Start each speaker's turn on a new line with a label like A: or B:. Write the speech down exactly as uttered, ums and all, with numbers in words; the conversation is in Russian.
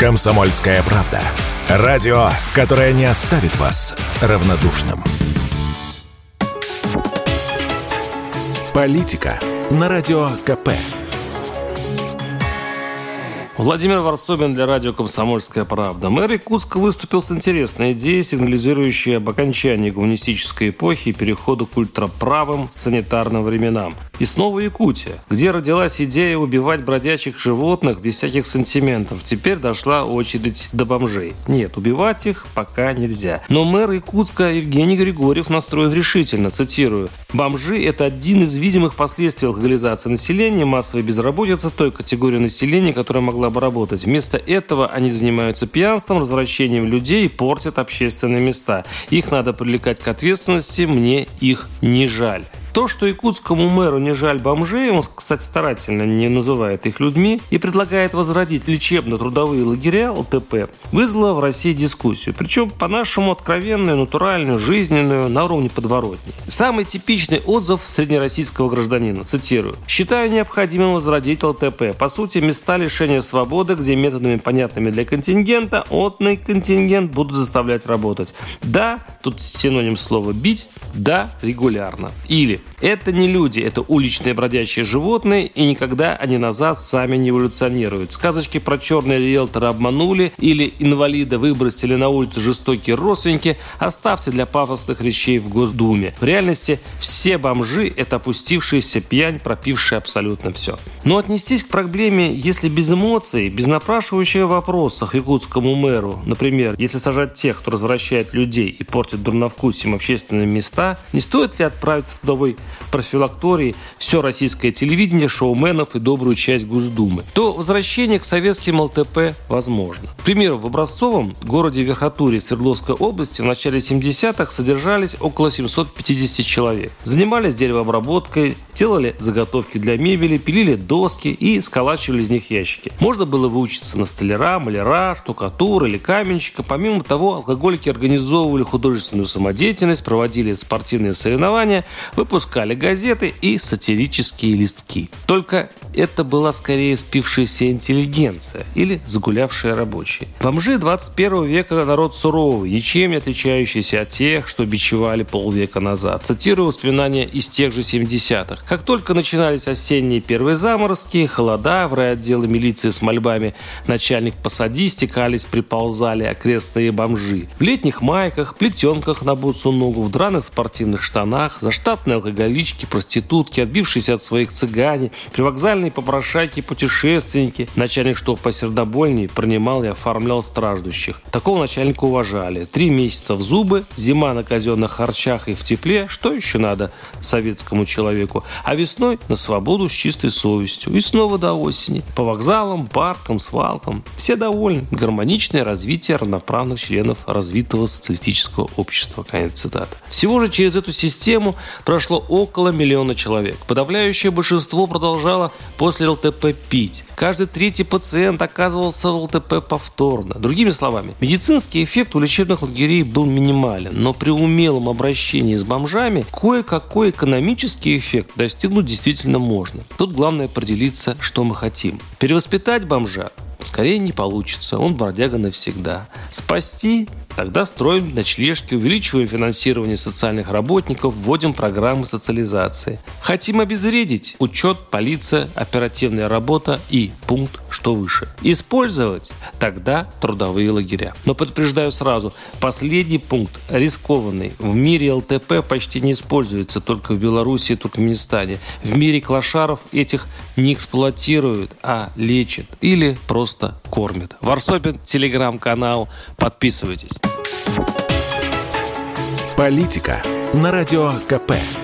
A: «Комсомольская правда». Радио, которое не оставит вас равнодушным. Политика на Радио КП.
B: Владимир Варсобин для радио «Комсомольская правда». Мэр Якутска выступил с интересной идеей, сигнализирующей об окончании гуманистической эпохи и переходу к ультраправым санитарным временам. И снова Якутия, где родилась идея убивать бродячих животных без всяких сантиментов. Теперь дошла очередь до бомжей. Нет, убивать их пока нельзя. Но мэр Якутска Евгений Григорьев настроен решительно, цитирую: «Бомжи – это один из видимых последствий алкоголизации населения, массовой безработицы той категории населения, которая могла бы работать. Вместо этого они занимаются пьянством, развращением людей и портят общественные места. Их надо привлекать к ответственности, мне их не жаль». То, что якутскому мэру не жаль бомжей, он, кстати, старательно не называет их людьми, и предлагает возродить лечебно-трудовые лагеря ЛТП, вызвало в России дискуссию. Причем по-нашему откровенную, натуральную, жизненную, на уровне подворотни. Самый типичный отзыв среднероссийского гражданина, цитирую: «Считаю необходимым возродить ЛТП. По сути, места лишения свободы, где методами, понятными для контингента, отный контингент будут заставлять работать. Да, тут синоним слова «бить», да, регулярно». Или это не люди, это уличные бродячие животные, и никогда они назад сами не эволюционируют. Сказочки про черные риэлтора обманули или инвалида выбросили на улицу жестокие родственники оставьте для пафосных речей в Госдуме. В реальности все бомжи – это опустившаяся пьянь, пропившая абсолютно все. Но отнестись к проблеме, если без эмоций, без напрашивающего вопроса к якутскому мэру, например, если сажать тех, кто развращает людей и портит дурновкусием общественные места, не стоит ли отправиться в трудовой профилактории все российское телевидение, шоуменов и добрую часть Госдумы, то возвращение к советским ЛТП возможно. К примеру, в Образцовом, городе Верхотурье Свердловской области, в начале семидесятых содержались около семьсот пятьдесят человек. Занимались деревообработкой, делали заготовки для мебели, пилили доски и сколачивали из них ящики. Можно было выучиться на столяра, маляра, штукатура или каменщика. Помимо того, алкоголики организовывали художественную самодеятельность, проводили спортивные соревнования, выпускали газеты и сатирические листки. Только это была скорее спившаяся интеллигенция или загулявшие рабочие. Бомжи двадцать первого века народ суровый, ничем не отличающийся от тех, что бичевали полвека назад. Цитирую воспоминания из тех же семидесятых. Как только начинались осенние первые заморозки, холода, в райотделы милиции с мольбами «начальник, посади», стекались, приползали окрестные бомжи. В летних майках, плетенках на босу ногу, в драных спортивных штанах, заштатные алкоголички, проститутки, отбившиеся от своих цыгане, привокзальные попрошайки, путешественники. Начальник, что посердобольней, принимал и оформлял страждущих. Такого начальника уважали. Три месяца в зубы, зима на казенных харчах и в тепле. Что еще надо советскому человеку? А весной на свободу с чистой совестью. И снова до осени. По вокзалам, паркам, свалкам. Все довольны. Гармоничное развитие равноправных членов развитого социалистического общества. Конец цитаты. Всего же через эту систему прошло около миллиона человек. Подавляющее большинство продолжало после ЛТП пить. Каждый третий пациент оказывался в ЛТП повторно. Другими словами, медицинский эффект у лечебных лагерей был минимален, но при умелом обращении с бомжами кое-какой экономический эффект достигнуть действительно можно. Тут главное определиться, что мы хотим. Перевоспитать бомжа скорее не получится, он бродяга навсегда. Спасти? Тогда строим ночлежки, увеличиваем финансирование социальных работников, вводим программы социализации. Хотим обезвредить? Учет, полиция, оперативная работа и пункт, что выше. Использовать? Тогда трудовые лагеря. Но предупреждаю сразу, последний пункт рискованный. В мире ЛТП почти не используется, только в Беларуси и Туркменистане. В мире клошаров этих не эксплуатируют, а лечат или просто кормят. Варсобин, телеграм-канал. Подписывайтесь.
A: Политика на Радио КП.